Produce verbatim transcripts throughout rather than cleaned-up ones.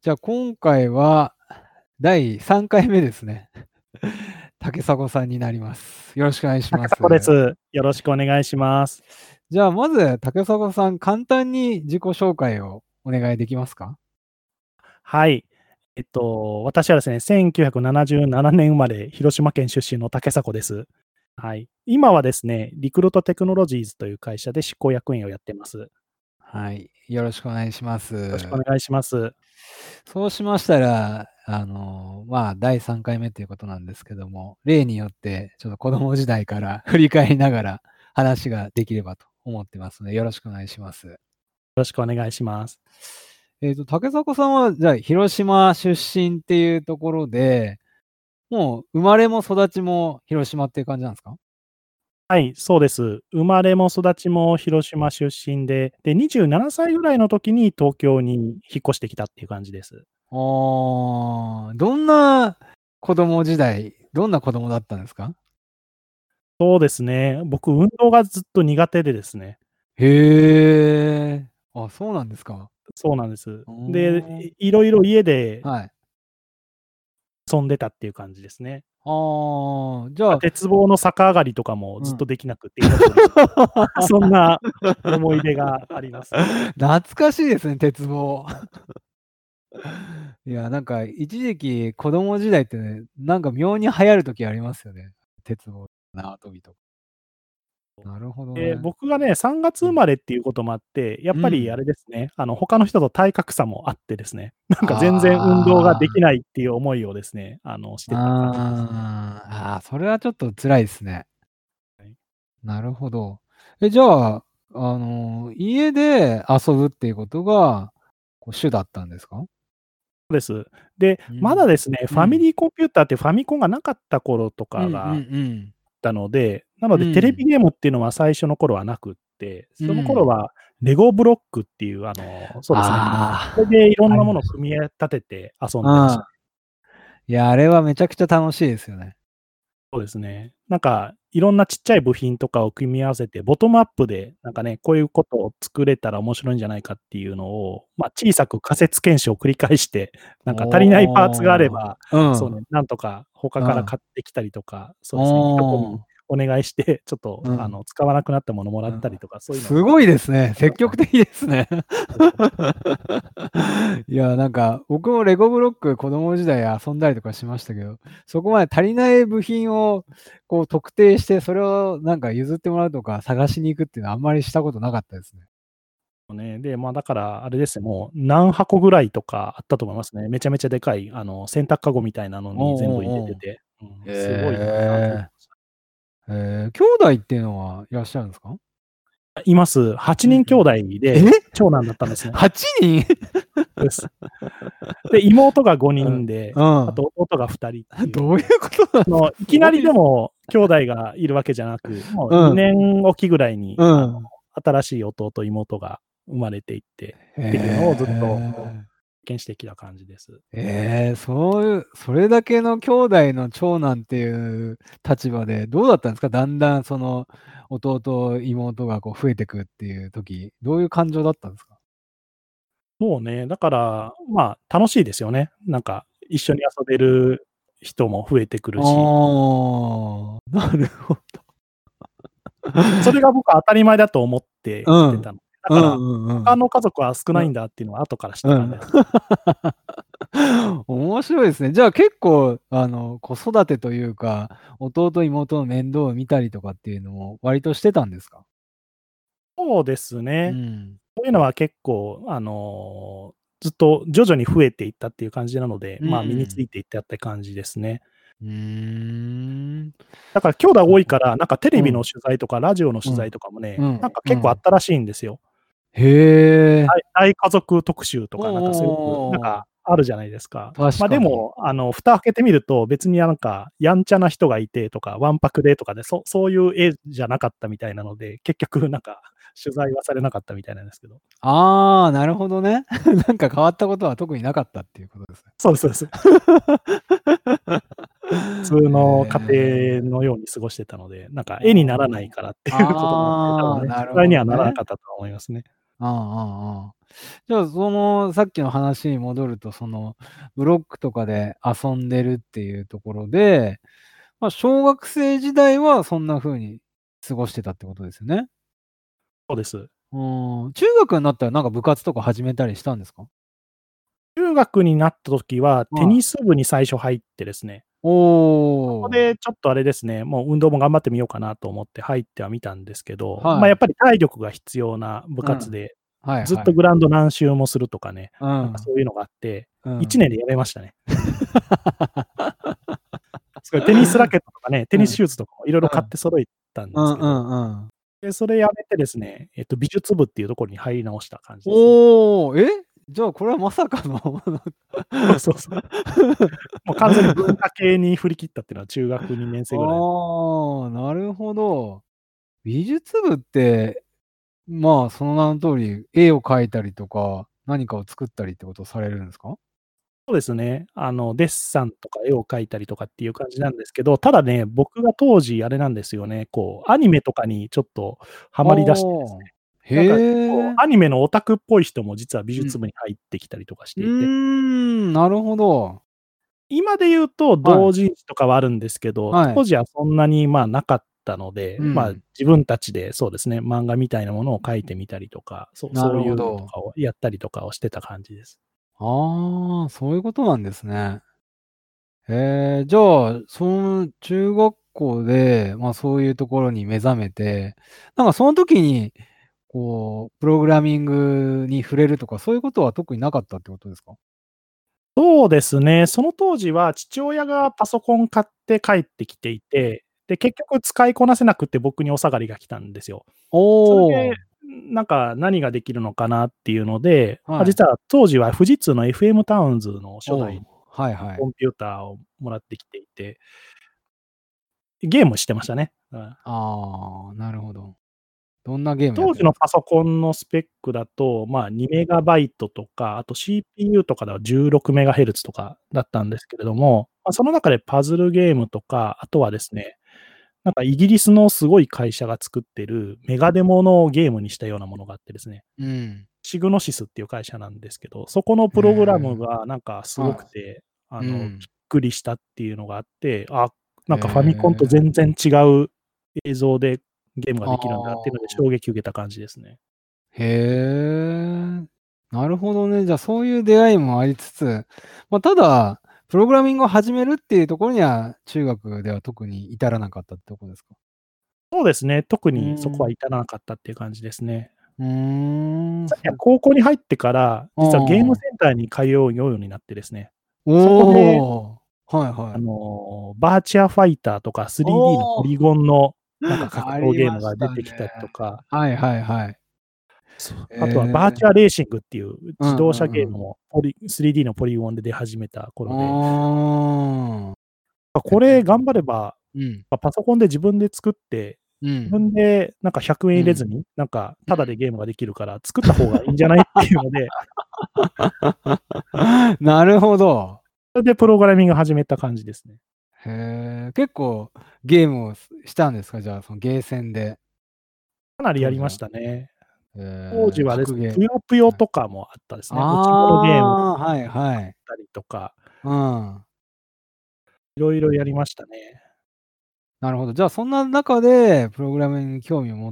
じゃあ今回はだいさんかいめですね。竹迫さんになります。よろしくお願いします。 竹迫です。よろしくお願いします。 じゃあまず竹迫さん、簡単に自己紹介をお願いできますか？ はい。えっと、私はですね、せんきゅうひゃくななじゅうななねん生まれ、広島県出身の竹迫です。はい。今はですね、リクルートテクノロジーズという会社で執行役員をやってます。 はい、よろしくお願いしまよろしくおす。 願いします。 そうしましたら、あの、まあ、だいさんかいめということなんですけども、例によってちょっと子供時代から振り返りながら話ができればと思ってますので、よろしくお願いします。よろしくお願いします。 えっと、竹迫さんは、じゃあ、広島出身っていうところで、もう生まれも育ちも広島っていう感じなんですか？ はい、そうです。生まれも育ちも広島出身で、で、にじゅうななさいぐらいの時に東京に引っ越してきたっていう感じです。 ああ、どんな子供時代、どんな子供だったんですか？ そうですね。僕、運動がずっと苦手でですね。 へえ。あ、そうなんですか。 そうなんです。 うで、 ーん。 いいろいろ家ではい。 遊んでたっていう感じですね。 ああ、じゃま、 あ鉄棒の逆上がりとかもうん。 ずっとできなくて、今でもできそんな思い出があります。 懐かしいですね、鉄棒。いや、なんか一時期子供時代ってね、なんか妙に流行る時ありますよね。鉄棒、縄跳びと。なるほどで、 ね。 僕がね、さんがつうん。 生まれっていうこともあって、やっぱりあうん。 れですね、あの、他の人と体格差もあってですね、なんか全然運動がああ。 できないっていう思いをですね、あの、してた感じですね。 ああ、ああ、それはちょっと辛いですね。 はい。 なるほど。え、じゃあ、あの、家で遊ぶっていうことが、こう主だったんですか？ です。で、 うん。 まだですね、フうん。 ァミリーコンピューターってファミコンがなかった頃とうんうんかがうん。 たので、なのうでテレビん。 ゲームっていうのは最初の頃はなくって、 うその頃ん。 はレゴブロックっていう、あの、そうですね、それあでいろあ、 んなものをありました。 組み立てて遊んでました。 うん。いや、あれはめちゃくちゃ楽しいですよね。 そうですね。なんか、いろんなちっちゃい部品とかを組み合わせて、ボトムアップで、なんかね、こういうことを作れたら面白いんじゃないかっていうのを、ま、小さく仮説検証を繰り返して、なんか足りないパーツがあれおお。 ば、 うん。 そうね、なんとか他からうん。 買ってきたりとか、そうおですね、いとこにお。 お願いして、ちょっとうん。 あの、使わなくなったものもらうん。 ったりとか、そういうのをすごいですね。積極やってましたね。 的ですね。いや、なんか、僕もレゴブロック子供時代遊んだりとかしましたけど、そこまで足りない部品をこう特定して、それをなんか譲ってもらうとか、探しに行くっていうのはあんまりしたことなかったですね。 ね、で、ま、だからあれですね、もう何箱ぐらいとかあったと思いますね。めちゃめちゃでかい、あの、洗濯かごみたいなのおに全部入れおおお。 てて、うん、すごいな集めてへました。 え。へえ、兄弟っていうのはいらっしゃるんですか？ あ、います。はちうんうん。 にん兄弟え？ で、長男だったんですね。 はちにん？ です。で、妹がごにうん、 んで、 うん。 あと弟がふたりっていうどういうので、 ことなんすか？ その、いきなりすごいです。 でも兄弟がいるわけじゃなく、もううん。 にねんおきぐらいに、あの、 うん。 新しい弟、妹が生まれていってへっていうのをずっとえ。 けんしてきた感じです。 ええ、そういう、それだけの兄弟の長男っていう立場で、どうだったんですか？だんだんその弟、妹がこう増えてくっていう時、どういう感情だったんですか？ そうね、だから、まあ、楽しいですよね。なんか、一緒に遊べる人も増えてくるし。 ああ、なるほど。 それが僕は当たり前だと思ってうん。 きてたの。だうから、 んうんうん。 他の家族は少うん。 ないんだっていうのは後から知っうん。 た感じですね。 面白いですね。じゃあ結構、あの、子育てというか、弟、妹の面倒を見たりとかっていうのも割としてたんですか？ そうですね。 うん。 そういうのは結構、あの、ずっと徐々に増えていったっていう感じなので、 うまあ、身につん。 いていったって感じですね。 うーん。 だから兄弟そうか。 多いから、なんかテレビうん。 の取材とかラジオのうん。 取材とかもね、なんうん、 か結構あっうん。 たらしいんですよ。 へえ。 大大家族特集とおおか、なんかすごく、なんおおおお。 かあるじゃないですか。ま、で確かに。 も、あの、蓋開けてみると、別になんか、やんちゃな人がいてとか、わんぱくでとかで、そそういう絵じゃなかったみたいなので、結局なんか、取材はされなかったみたいなんですけど。 ああ、なるほどね。なんか変わったことは特になかったっていうことですね。 そうですそうです。普通への家え。 庭のように過ごしてたので、なんか絵にならないあからってあ。 いうこともあって、多分ああ、 ね、 なる取材にはならなほどね。 かったとは思いますね。 ああああああ。じゃあ、その、さっきの話に戻ると、その、ブロックとかで遊んでるっていうところで、ま、小学生時代はそんな風に過ごしてたってことですよね？ そうです。 うーん、中学になったらなんか部活とか始めたりしたんですか？ 中学になった時は、テはい。 ニス部に最初入ってですね。 おそこお。 でちょっとあれですね、もう運動も頑張ってみようかなと思って入ってはみたんですけど、ま、 はい。 やっぱり体力が必要な部うん。 活で、 はいはい。 ずっとグラウンド何周もするとかね、 うん。 なんかそういうのがあって、いちうん。 ねんで辞めましたね。それテニスラケットとかね、テうん。 ニスシューズとかも色々 うん。 買って揃えたんうんうですけど、 んうん。 で、それ辞めてですね、えっと美術部っていうところに入り直した感じですね。 おお、え？じゃあこれはまさかの。 そうそうそう。もう完全に文化系に振り切ったっていうのは中学にねん生ぐらいで。 ああ、なるほど。美術部って、まあ、その名の通り、絵を描いたりとか、何かを作ったりってことをされるんですか？ そうですね。あの、デッサンとか絵を描いたりとかっていう感じなんですけど、ただね、僕が当時あれなんですよね、こう、アニメとかにちょっとハあマり出してですあ。 ね。なんか結構へえ。 アニメのオタクっぽい人も実は美うん。 術部に入ってきたりとかしうーていて。 ん、なるほど。 今で言うとはい。 同人誌とかはあるんですけど、 はい。 当時はそんなに、ま、なかったので、ま、 うん。 自分たちでそうですね、漫画みたいなものを描いてみたりとか、そうなるそういうのとほど。 かをやったりとかをしてた感じです。 ああ、そういうことなんですね。へえ、じゃあ、その中学校で、ま、そういうところに目覚めて、なんかその時に、こう、プログラミングに触れるとか、そういうことは特になかったってことですか？ そうですね。その当時は父親がパソコン買って帰ってきていて、で、結局使いこなせなくて僕にお下がりが来たんですよ。 おそれで、 お。 なんか何ができるのかなっていうので、ま、 はい。 実は当時は富士通の エフエム タウンズの初代おお、はいはい。 コンピューターをもらってきていてゲームしてましたね。うん。 ああ、なるほど。どんなゲームやっ当時のてたんですか？ パソコンのスペックだと、まあ、にメガバイトとか、あと シーピーユー とかではじゅうろくメガヘルツとかだったんですけれども、ま、その中でパズルゲームとか、あとはですね、なんかイギリスのすごい会社が作ってるメガデモのゲームにしたようなものがあってですね、 うん。 シグノシスっていう会社なんですけど、そこのへプログラムえ。 がなんかすごくはて、あい。うの、びっん。 くりしたっていうのがあって、あ、 へなんかファミコンとえ。 全然違う映像でゲームがあできるんだっていうのであ。 衝撃受けた感じですね。 へえ。なるほどね。じゃあ、そういう出会いもありつつ、ま、ただ、プログラミングを始めるっていうところには、中学では特に至らなかったってとこですか？ そうですね、特うーにそこはん。 至らなかったっていう感じですね。 ふーん、 さいや、 そう。 高校に入ってから、 あ実はゲームセあ。 ンターに通うようになってですね。 おそこでお、はいはあい。 の、バーチャファイターとか スリーディー のおお。 ポリゴンのなんか格あり闘ゲームましたね。 が出てきたりとかはいはいはい。 そう、 へあとはバーえ。 チャレーシングっていううん自動車うんうん。 ゲームも、ポリ スリーディー のポリゴンで出始めたあ頃であ。 あ、 へえ。 これ頑張れば、 うん。 ま、パソコンで自分で作って、自うん。 分でなんかひゃくえんうん。 入れずに、なんかタダでうん。 ゲームができるから作った方がいいんじゃないっていうのでなるほど。 それでプログラミング始めた感じですね。 へえ、結構ゲームをすしたんですか？じゃあ、そのゲーセンで。 かなりやりまし当時は。 たね。当へえ、 時はですね、 格ゲー。 ぷよぷよはい。 とかもあったですね。落ち物ゲームああ、はいあっはい。 たりとかうん。 色々やりましたね。 なるほど。じゃあ、そんな中でプログラミングに興味を持って、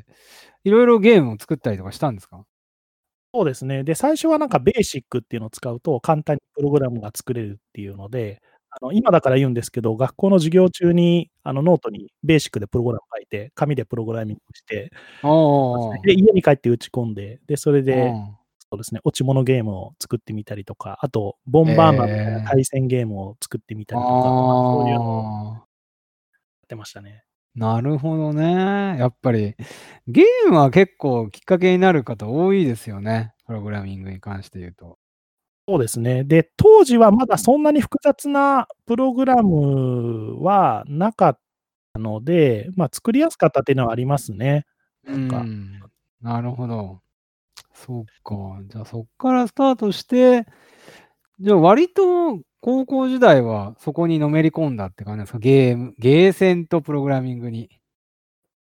色々ゲームを作ったりとかしたんですか？ そうですね。で、最初はなんうん。 かベーシックっていうのを使うと、簡単にプログラムが作れるっていうので、あの、今だから言うんですけど、学校の授業中に、あの、ノートにベーシックでプログラム書いて、紙でプログラミングして、 ああああああ。 で、家に帰って打ち込んで、で、それで、 うん。 そうですね、落ち物ゲームを作ってみたりとか、あと、ボへンバーマンみたいなえ。 対戦ゲームを作ってみたりとか、ま、そういうのをああ。 てましたね。 なるほどね。やっぱり、ゲームは結構きっかけになる方多いですよね、プログラミングに関して言うと。 そうですね。で、当時はまだうん。 そんなに複雑なプログラムはなかったので、ま、作りやすかったっていうのはありますね。 うーなんか。 ん、なるほど。そっか、じゃあ、そっからスタートして、じゃあ、割と高校時代はそこにのめり込んだって感じなんですか？ゲームゲーセンとプログラミングに。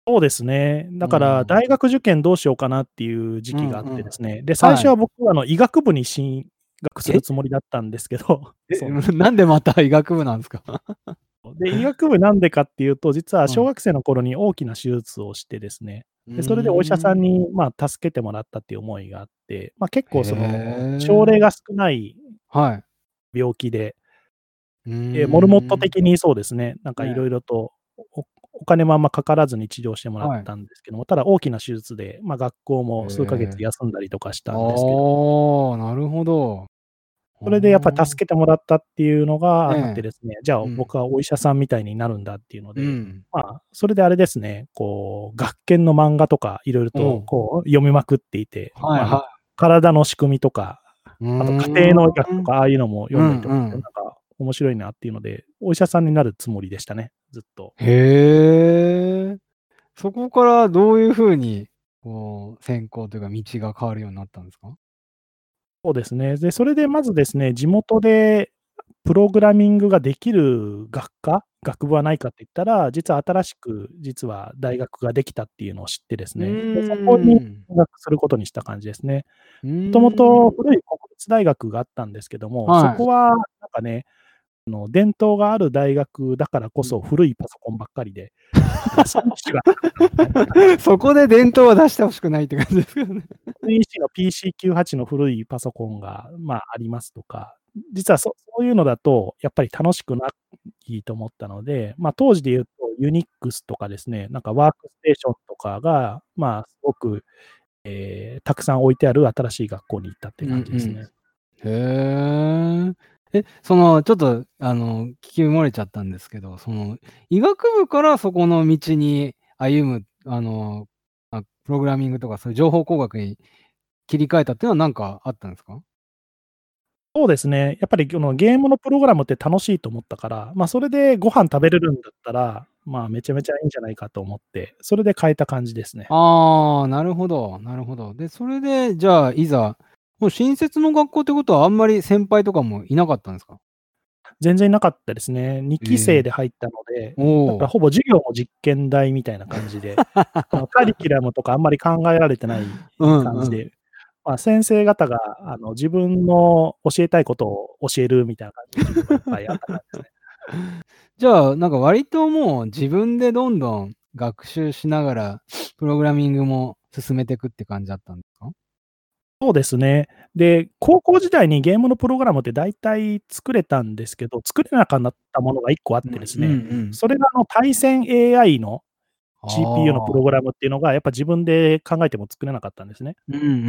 そうですね。だうからん。 大学受験どうしようかなっていう時期があっうんうん。 てですね。で、最はい。 初は僕はあの医学部に進学するえ？ つもりだったんですけど、 え、 そうなんです。 なんでまた医学部なんすか？ で、医学部なんでかっていうと、実はうん。 小学生の頃に大きな手術をしてですね、 うーで、それでお医者さんん。 に、まあ、助けてもらったっていう思いがあって、ま、結へ構その症例え。 が少ないはい。 病気でうーえ、モルモットん。 的にそうですね、なんかね。 色々と、おお金もあんまかからずに治療してもらっはい。 たんですけども、ただ大きな手術で、ま、学校へも数ヶ月え。 休んだりとかしあたんですけど。 あ、なるほど。 それでやっぱはあ。 助けてもらったっていうのがあってええ。 ですね、じゃあうん。 僕はお医者さんみたいになるんだっていうので、 うん。 まあ、それであれですね、こう学研の漫画とか色々とおお。 こう読みまくっていて、まあ、なんはいはか体の仕組みとか、 うあと家ーん。 庭の医学とかああいうのもう読んだりとかして、なんんうん。 か面白いなっていうので、お医者さんになるつもりでしたね、ずっと。 へえ。そこからどういう風に、こう専攻というか道が変わるようになったんですか？ そうですね。で、それでまずですね、地元でプログラミングができる学科、学部はないかって言ったら、実は新しく実は大学ができたっていうのを知ってですうーね、で、そこにん。 入学することにした感じですね。 うもともーん。 と古い国立大学があったんですけども、そはい。 こはなんかね、あの、伝統がある大学だからこうん。 そ古いパソコンばっかりで、なんか新しがなかったんですね。 そこで伝統は出して欲しくないって感じですよね。 エーシー の ピーシーきゅうはち の古いパソコンが、まあ、ありますとか、実はそそういうのだとやっぱり楽しくないと思ったので、ま、当時で言うとユニックスとかですね、なんかワークステーションとかが、まあ、すごく、ええ、たくさん置いてある新しい学校に行ったってうんうん。 感じですね。 へえ。え、そのちょっとあの聞き漏れちゃったんですけど、その医学部からそこの道に歩む、あの、あ、プログラミングとかそういう情報工学に切り替えたっていうのは何かあったんですか？ そうですね。やっぱり、ぎょの、ゲームのプログラムって楽しいと思ったから、ま、それでご飯食べれるんだったら、まあ、めちゃめちゃいいんじゃないかと思って、それで変えた感じですね。 ああ、なるほどなるほど。で、それでじゃあ、いざ、もう新設の学校ってことはあんまり先輩とかもいなかったんですか？ 全然いなかったですね。にきせいええ。 で入ったので、 おだからお。 ほぼ授業も実験台みたいな感じで、あの、カリキュラムとかあんまり考えられてないうんうん。 感じで、ま、先生方が、あの、自分の教えたいことを教えるみたいな感じの授業がいっぱいあった感じですね。 じゃあ、なんか割ともう自分でどんどん学習しながら、プログラミングも進めてくって感じだったんか？ そうですね。で、高校時代にゲームのプログラムって大体作れたんですけど、作れなかなったものがいっこあっうん、うんうてですね、 ん。 それがあの対戦 エーアイ のあ GPU のプロあ。 グラムっていうのがやっぱ自分で考えても作れなかったんですね。 うんうんうん。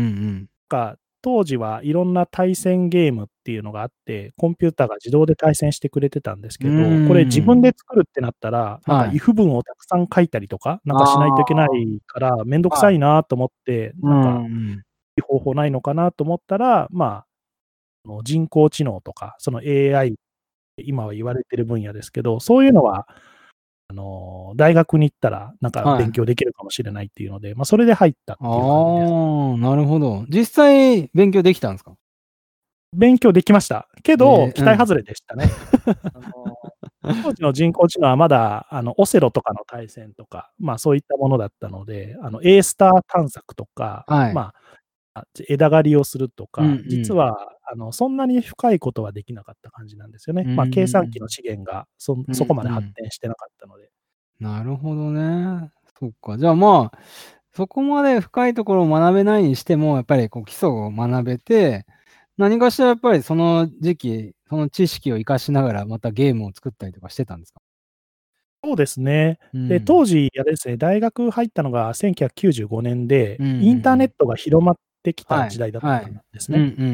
か、当時はいろんな対戦ゲームっていうのがあって、コンピューターが自動で対戦してくれてたんですうーけど、これ自分ん。 で作るってなったら、なんかはい。 if 文をたくさん書いたりとか、なんかしないといけなあいからめんどくあ。はい。 さいなと思って、 うーなんか、 ん。 いい方法ないのかなと思ったら、まあ、の、人工知能とか、その エーアイ って今は言われてる分野ですけど、そういうのは、あの、大学に行ったら、なんかはい。 勉強できるかもしれないっていうので、ま、それで入ったっていう感じです。 ああ、なるほど。実際勉強できたんすか？ 勉強できました。けど、 ええ、うん。 期待外れでしたね。あの、当時の人工知能はまだ、あの、オセロとかの対戦とか、ま、そういったものだったので、あの、エースター探索とか、 はい。 まあ、あ、じ枝狩りをするとうんうか、実ん。 は、あの、そんなに深いことはできなかった感じなんですよね。 うーま、計算機のん。 資源がそんうそこまでんうん。 発展してなかったので。 なるほどね。そっか、じゃあ、まあ、そこまで深いところを学べないにしても、やっぱりこう基礎を学べて、何かしらやっぱりその時期、その知識を活かしながら、またゲームを作ったりとかしてたんですか？ そうですね。で、 うん。 当時、あれですね、大学入ったのがせんきゅうひゃくきゅうじゅうごねんで、 うんうんうインターネッん。 トが広まってきたはい、 時代だったんはい。 ですね。 うんうんうん。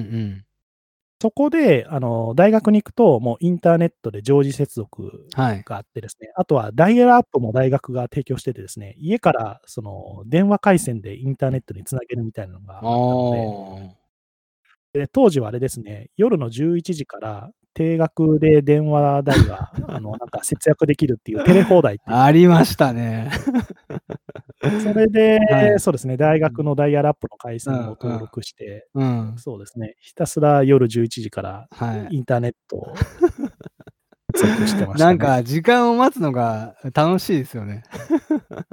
そこで、あの、大学に行くと、もうインターネットで常時接続はい。 があってですね、あとはダイヤルアップも大学が提供しててですね、家からその電話回線でインターネットに繋げるみたいなのがああったのであ。 で、当時はあれですね、夜のじゅういちじから定額で電話代が、あの、なんか節約できるっていうテレ放題っていうのがあって。 ありましたね。 それで、 はい。 そうですね、大うん。 学のダイヤルアップの回う線を登んうん。 録して、 うん。 そうですね、ひたすら夜じゅういちじからはい。 インターネットを接続してましたね。 なんか時間を待つのが楽しいですよね。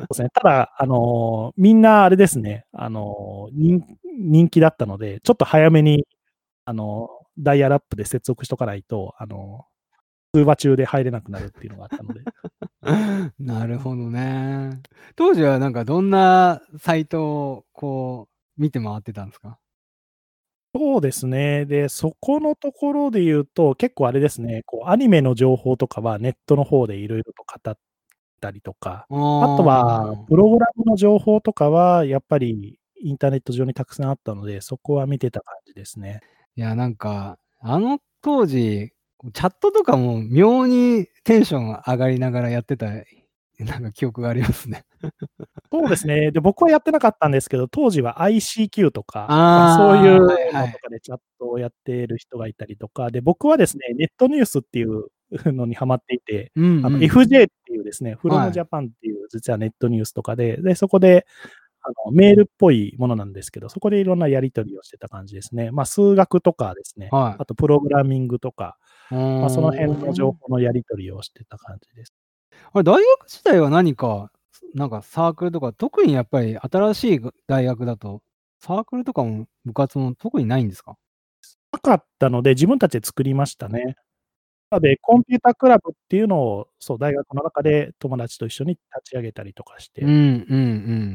ですね。ただ、あの、みんなあれですね、あの、にん人気だったので、ちょっと早めに、あの、ダイヤルアップで接続しとかないと、あの、通話中で入れなくなるっていうのがあったので。 なるほどね。当時はなんかどんなサイトをこう見て回ってたんですか？ そうですね。で、そこのところで言うと、結構あれですね、こうアニメの情報とかはネットの方で色々と語ったりとか、あとあはあ。 プログラムの情報とかはやっぱりインターネット上にたくさんあったので、そこは見てた感じですね。 いや、なんか、あの当時、チャットとかも妙にテンション上がりながらやってた、なんか記憶がありますね。 そうですね。で、僕はやってなかったんですけど、当時は アイシーキュー とか、まあ、そういうああ、はいはい。 のとかでチャットをやってる人がいたりとか、で、僕はですね、ネットニュースっていうのにハマっていて、 うんあの、 うん。 エフジェー っていうですね、 はい。 from Japan っていう実はネットニュースとかで、で、そこで、あの、メールっぽいものなんですけど、そこでいろんなやり取りをしてた感じですね。まあ、数学とかですね、 はい。 あとプログラミングとか、 うまあ、そのー辺の情ん。 報のやり取りをしてた感じです。 あれ、大学時代は何か、なんかサークルとか、特にやっぱり新しいが大学だと、サークルとかも部活も特にないんですか？ なかったので、自分たちで作りましたね。なので、コンピュータークラブっていうのを、そう、大学の中で友達と一緒に立ち上げたりとかして。 うんうんうん。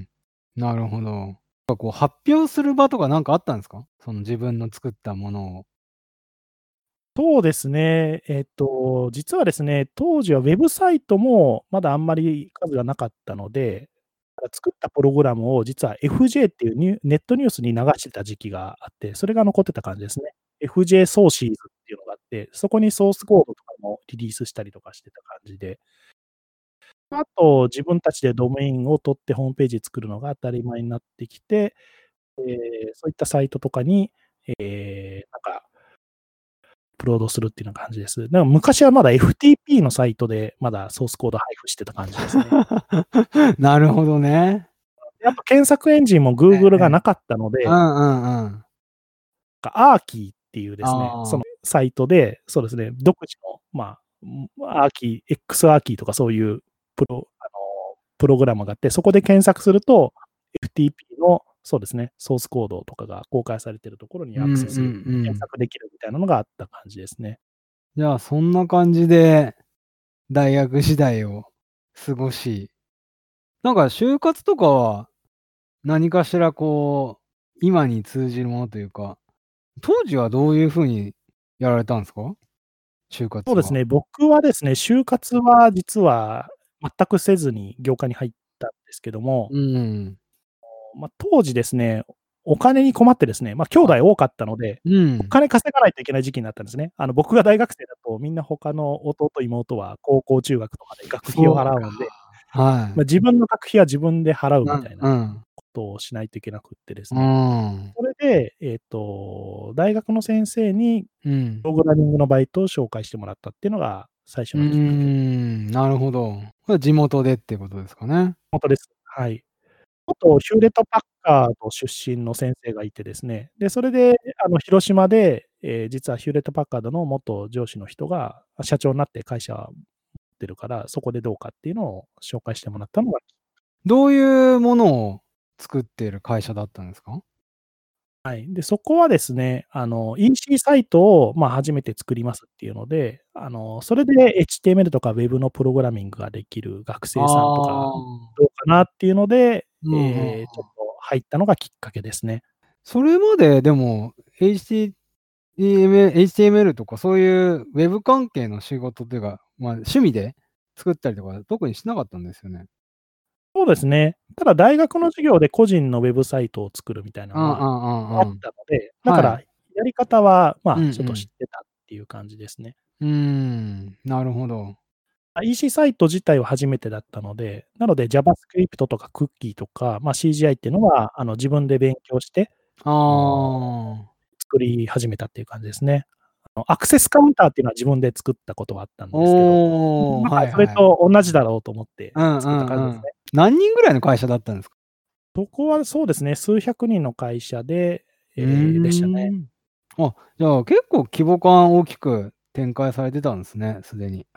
なるほど。なんかこう発表する場とかなんかあったんですか？その自分の作ったものを。 そうですね。えっと、実はですね、当時はウェブサイトもまだあんまり数がなかったので、あ、作ったプログラムを実は エフジェー っていうニュネットニュースに流してた時期があって、それが残ってた感じですね。エフジェー ソーシーズっていうのがあって、そこにソースコードとかもリリースしたりとかしてた感じで。あと、自分たちでドメインを取ってホームページ作るのが当たり前になってきて、ええ、そういったサイトとかに、ええ、なんかアップロードするっていうような感じです。でも昔はまだ エフティーピー のサイトで、まだソースコード配布してた感じですね。 なるほどね。 で、あと検索エンジンもえ Google えええ。 がなかったのでうんうんうん。 か、アーキーっていうですね、そのああ。 サイトで、そうですね、独自の、まあ、ん、アーキー、X アーキーとかそういうプロあの、プログラムがあって、そこで検索すると、エフティーピー の、そうですね、ソースコードとかが公開されているところにうんうんアクセス、 うん。 検索できるみたいなのがあった感じですね。 じゃあ、そんな感じで大学時代を過ごし、なんか就活とかは、何かしらこう、今に通じるものというか、当時はどういう風にやられたんすか？就活は。 そうですね、僕はですね、就活は実は全くせずに業界に入ったんですけどもうーん。 ま、当時ですね、お金に困ってですね、ま、兄はい。 弟多かったので、おうん。 金稼がないといけない時期になったんですね。あの、僕が大学生だと、みんな他の弟、妹は高校、中学とかで学費をそうか。 払うんで、ま、 はい。 自分の学費は自分で払ううんみたいなうん。 ことをしないといけなくってですうーね。 ん。 それで、えっと、大学の先生にうん。 プログラミングのバイトを紹介してもらったっていうのが最初うーのきっかけ。 ん、なるほど。これ地元でっていうことですかね。 ほんとです。はい。元ヒューレットパッカード出身の先生がいてですね、で、それで、あの、広島で、ええ、実はヒューレットパッカードの元上司の人が、あ、社長なって会社てるから、そこでどうかっていうのを紹介してもらったのがどういうものを作っている会社だったんですか？ はい。で、そこはですね、あの、イーシー サイトを、ま、初めて作りますっていうので、あの、それで エイチティーエムエル とか Web のプログラミングができる学あ生さんとかあ。 どうかなっていうので、 うんうんうん。 ええ、ちょっと入ったのがきっかけですね。 それまででも、エイチティーイーエムエル エイチティーエムエル とかそういうウェブ関係の仕事っていうか、ま、趣味で作ったりとか特にしなかったんですよね？ そうですね。ただ大学の授業で個人のウェブサイトを作るみたいなうんうのはあっんうんうん。 たので、だかはい。 らやり方は、ま、 うんうちょっと知ん。 ってたっていう感じですね。 うーん、なるほど。 あ、イーシー サイト自体は初めてだったので、なので JavaScript とかクッキーとか、ま、シージーアイ っていうのは、あの、自分で勉強して、 ああの、 あ。 作り始めたっていう感じですね。あの、アクセスカウンターっていうのは自分で作ったことはあったんですけど、 おお、 なんかそれはいはい。 と同じだろうと思ってうんう作った感じんうん。 ですね。 何人ぐらいの会社だったんですか？ そこはそうですね、数百人の会社で、 うーええ、でしたね。 ん。あ、じゃあ結構規模感大きく展開されてたんですね、すでに。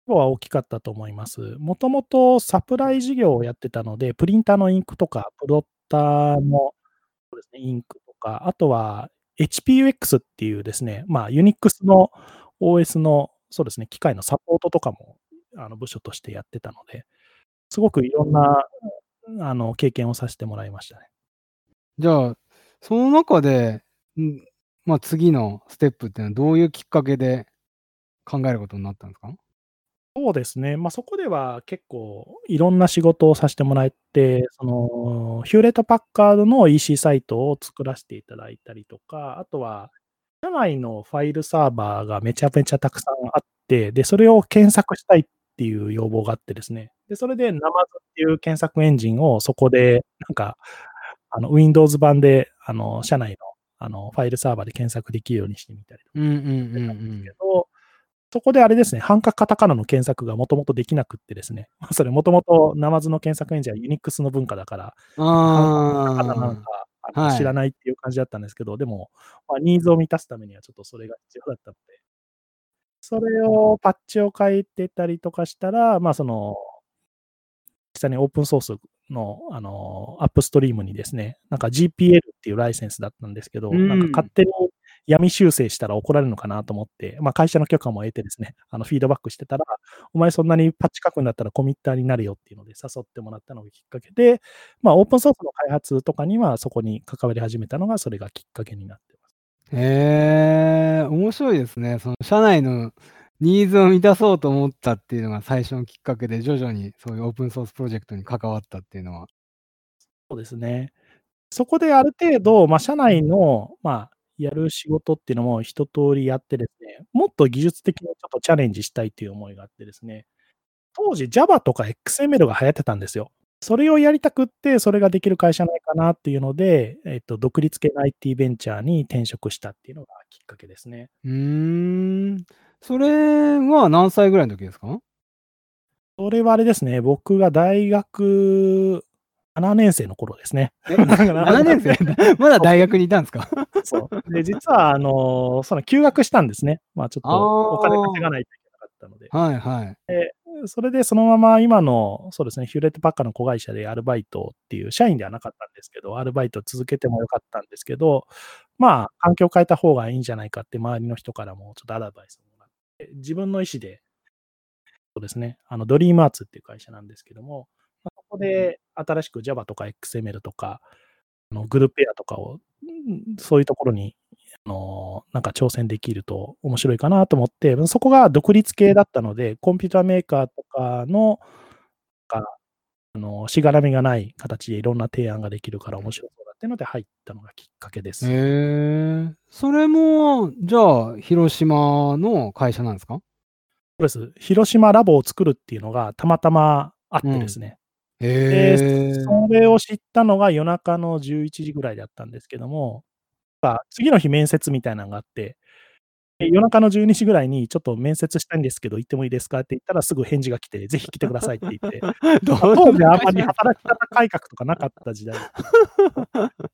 規模は大きかったと思います。もともとサプライ事業をやってたので、プリンターのインクとか、プロッターのそうですね、インクとか、あとは エイチピーユーエックス っていうですね、まあ、ユニックスの オーエス の、そうですね、機械のサポートとかも、あの、部署としてやってたので、すごくいろんな、あの、経験をさしてもらいましたね。 じゃあ、その中で、ん、ま、次のステップっていうのはどういうきっかけで考えることになったんですか？ そうですね。ま、そこでは結構いろんな仕事をさしてもらえて、その、ヒューレットパッカードの イーシー サイトを作らしていただいたりとか、あとは、社内のファイルサーバーがめちゃめちゃたくさんあって、で、それを検索したいっていう要望があってですね。で、それでナマズっていう検索エンジンをそこでなんか、あの、Windows 版で、あの、社内の、あの、ファイルサーバーで検索できるようにしてみたりとかうんうんうんうしてたんですけん。 ど、そこであれですね、半角カタカナの検索がもともとできなくってですね、ま、それもともとナマズの検索エンジンはユニックスの文化だから、半角カタカナなんか、 あああ、 の、 はい。 知らないっていう感じだったんですけど、でも、ま、ニーズを満たすためにはちょっとそれが必要だったのでそれをパッチを書いてたりとかしたら、ま、その実際にオープンソースの、あの、アップストリームにですね、なんか ジーピーエル っていうライセンスだったんですけうど、なんか勝ん。 手に闇修正したら怒られるのかなと思って、ま、会社の許可も得てですね、あの、フィードバックしてたら、お前そんなにパッチ書くんだったらコミッターになるよっていうので誘ってもらったのがきっかけで、ま、オープンソースの開発とかにはそこに関わり始めたのが、それがきっかけになってます。 へえ、面白いですね。その社内のニーズを満たそうと思ったっていうのが最初のきっかけで、徐々にそういうオープンソースプロジェクトに関わったっていうのは。 そうですね。そこである程度、ま、社内の、まあ、やる仕事っていうのも一通りやってですね、もっと技術的にちょっとチャレンジしたいっていう思いがあってですね、当時 Java とか エックスエムエル が流行ってたんですよ。それをやりたくって、それができる会社ないかなっていうので、えっと、独立系の アイティー ベンチャーに転職したっていうのがきっかけですね。 うーん。それは何歳ぐらいの時ですか？ それはあれですね、僕が大学ななねんせいの頃ですね。 え、 なんかななななねんせい？まだそうそう。 大学にいたんすか？ そう。で、実はあの、その休学したんですね。まあ、ちょっあとお金稼があ。 ないといけなかったので。 はいはい。 で、それでそのまま今の、そうですね、ヒューレットパッカーの子会社でアルバイトっていう、社員ではなかったんですけど、アルバイト続けても良かったんですけど、まあ、環境を変えた方がいいんじゃないかって周りの人からもちょっとアドバイスをもらって、自分の意思でそうですね、あの、ドリームアーツっていう会社なんですけども、ま、そこで新しく Java とか エックスエムエル とか、あの、グループエアとかを、ん、そういうところに、あの、なんか挑戦できると面白いかなと思って、うん、そこが独立系だったので、コンピューターメーカーとかのか、あの、しがらみがない形でいろんな提案ができるから面白そうだっていうので入ったのがきっかけです。 へえ。それも、じゃあ、広島の会社なんすか？ そうです。広島ラボを作るっていうのがたまたまあっうん。 てですね。 へで、 え。 それを知ったのが夜中のじゅういちじぐらいだったんですけども、ぱ、次の日面接みたいなんがあって、で、夜中のじゅうにじぐらいにちょっと面接したいんですけど、行ってもいいですかって言ったらすぐ返事が来て、ぜひ来てくださいって言って、ま、 どんな当時あんまり会社なんすか？ 働き方改革とかなかった時代だったんど。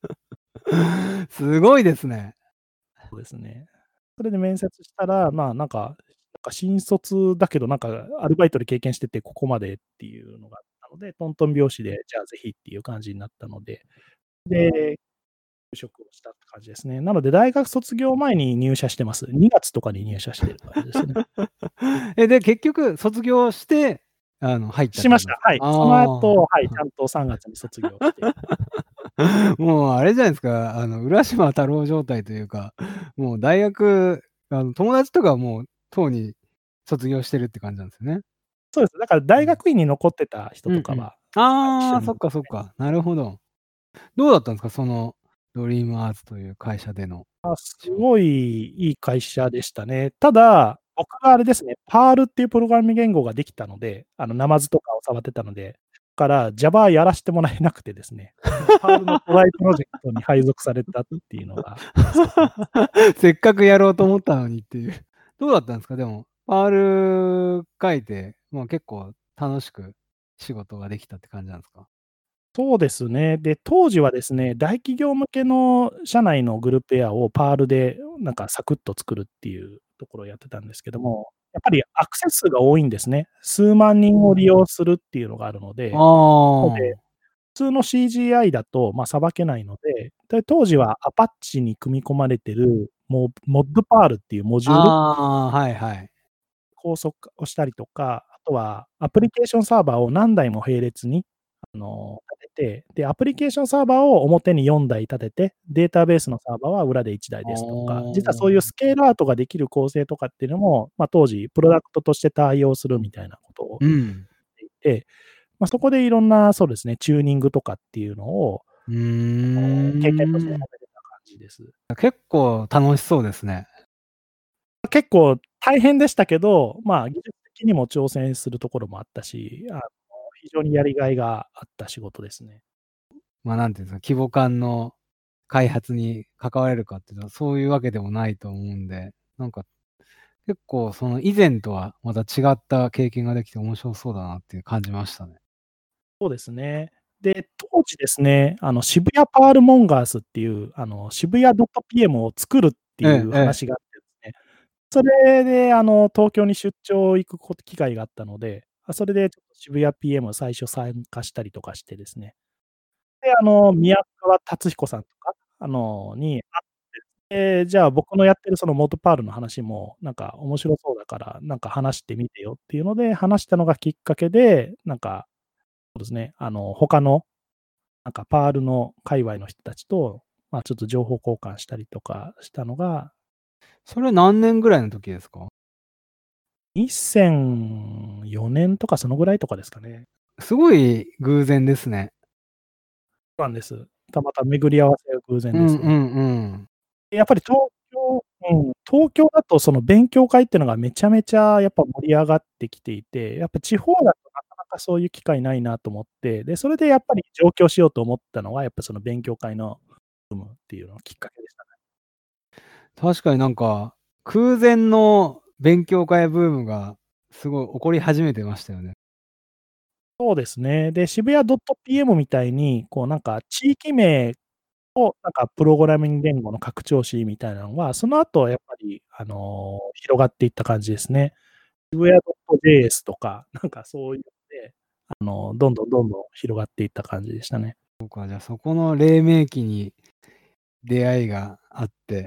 すごいですね。 そうですね。それで面接したら、まあ、なんかなんか新卒だけどなんかアルバイトで経験しててここまでっていうのがあったので、とんとん拍子で、じゃあぜひっていう感じになったので、で、就職をしたって感じですね。なので大学卒業前に入社してます。にがつとかに入社してる感じですね。 え、で、結局卒業して、あの、入ったっしました。 てことですか？ はい。そのあ後、はい、ちあ。 ゃんとさんがつに卒業して。 もうあれじゃないですか、あの、浦島太郎状態というか、もう大学、あの、友達とかはもう、とうに卒業してるって感じなんですね。 そうです。だから大うん。 学院に残ってた人うんうん。 とかは、はい、一ああ、 緒にいそっかますね。 そっか、なるほど。どうだったんすか？その、ドリームアーツという会社でのあ、すしごごいいい会社でしたね。ただ、僕があれですね、パールっていうプログラミ言語ができたので、あの、ナマズとかを触ってたので、から Java やらしてもらえなくてですね、あの、パールの巨大プロジェクトに配属されたっていうのが少しせっかくやろうと思ったのにっていう。どうだったんすか？でも、パール書いて、もう結構楽しく仕事ができたって感じなんすか？ そうですね。で、当時はですね、大企業向けの社内のグループエアをパールでなんかサクッと作るっていうところをやってたんですけども、やっぱりアクセス数が多いんですね。数万人を利用するっていうのがあるので、なので、 ああ。 普通の シージーアイ だと、ま、さばけないので、で、当時は Apache に組み込まれてる、モ Modparsl っていうモジュールああ、はいはい。 高速化をしたりとか、あとはアプリケーションサーバーを何台も並列に、あの、立てて、で、アプリケーションサーバーを表によんだい立てて、データベースのサーバーは裏でいちだいあですとか、実はそういうあ。 スケールアウトができる構成とかっていうのも、ま、当時プロダクトとして対応するみたいなことをうん。 ていて、ま、そこでいろんな、そうですね、チューニングとかっていうのを、 うあの、経験としてーん。 積めてた感じです。 あ、結構楽しそうですね。 結構大変でしたけど、まあ、技術的にも挑戦するところもあったし、あの、非常にやりがいがあった仕事ですね。 ま、なんていうんすか、規模感の開発に関われるかっていうと、そういうわけでもないと思うんで、なんか、結構その以前とはまた違った経験ができて面白そうだなって感じましたね。 そうですね。で、当時ですね、あの、渋谷パールモンガースっていう、あの、渋谷 .PM を作るっていええええ。 う話があってですね、それで、あの、東京に出張行くこ機会があったので、あ、それでちょっと渋谷 PM 最初参加したりとかしてですね。で、あの、宮川達彦さんとか、あの、に会って、で、じゃあ僕のやってるその Modparsl の話もなんか面白そうだから、なんか話してみてよっていうので、話したのがきっかけで、なんか、そうですね、あの、他の、なんかパールの界隈の人たちと、ま、ちょっと情報交換したりとかしたのがそれ何年ぐらいの時ですか？ にせんよねんとかそのぐらいとかですかね。 すごい偶然ですね。 そうなんです。たまたま巡り合わせが偶然うんうですね。 んうん。 やっぱり東京うん、東京だとその勉強会ってのがめちゃめちゃやっぱ盛り上がってきていて、やっぱ地方だとなかなかそういう機会ないなと思って、で、それでやっぱり上京しようと思ったのは、やっぱその勉強会のブームっていうのがきっかけでしたね。 確かになんか、空前の勉強会ブームがすごい起こり始めてましたよね。 そうですね。で、渋谷 .PM みたいに、こうなんか地域名をなんかプログラミング言語の拡張子みたいなのは、その後やっぱりあの、広がっていった感じですね。渋谷 .js とか、なんかそういうので、あの、どんどんどんどん広がっていった感じでしたね。 そうか、じゃあそこの黎明期に出会いがあって、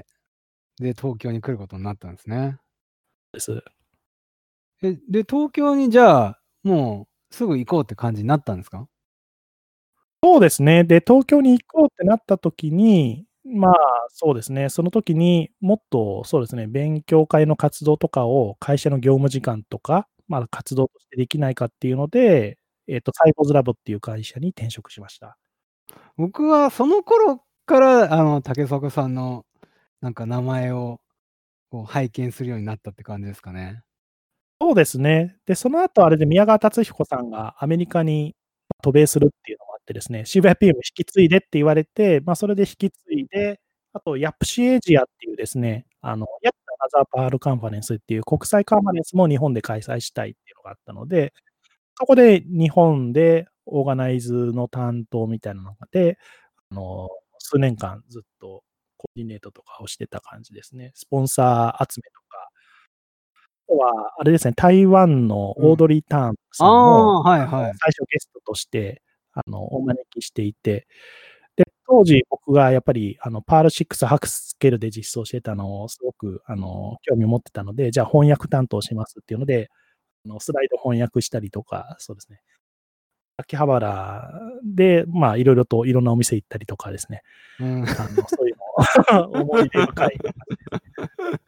で、東京に来ることになったんですね。 です。 え、で、東京にじゃあ、もうすぐ行こうって感じになったんですか？ そうですね。で、東京に行こうってなった時に、まあ、そうですね、その時にもっとそうですね、勉強会の活動とかを会社の業務時間とか、まあ、活動としてできないかっていうので、えっと、サイボーズラボっていう会社に転職しました。 僕はその頃から、あの、竹迫さんのなんか名前をこう拝見するようになったって感じですかね。 そうですね。で、その後あれで宮川達彦さんがアメリカに渡米するっていうのもあってですね、渋谷 PM 引き継いでって言われて、ま、それで引き継いで、あと ヤプシ Asia っていうですね、あの、Yet Another Pearl Conference っていう国際カンファレンスも日本で開催したいっていうのがあったので、そこで日本でオーガナイズの担当みたいなのがで、あの、数年間ずっとコーディネートとかをしてた感じですね。スポンサー集めとかあとは、あれですね、台湾のうん。 オードリー・ターンあさんも、 あ、はあの、 いはい。 最初ゲストとして、あの、お招きしていて、で、当時僕がやっぱり、あの、パールシックスハクスケルで実装してたのをすごく、あの、興味を持ってたので、じゃあ翻訳担当しますっていうので、あの、スライド翻訳したりとか、そうですね。秋葉原で、まあ、色々といろんなお店行ったりとかですね。 うん。 あの、そういうの思い出深い感じですね。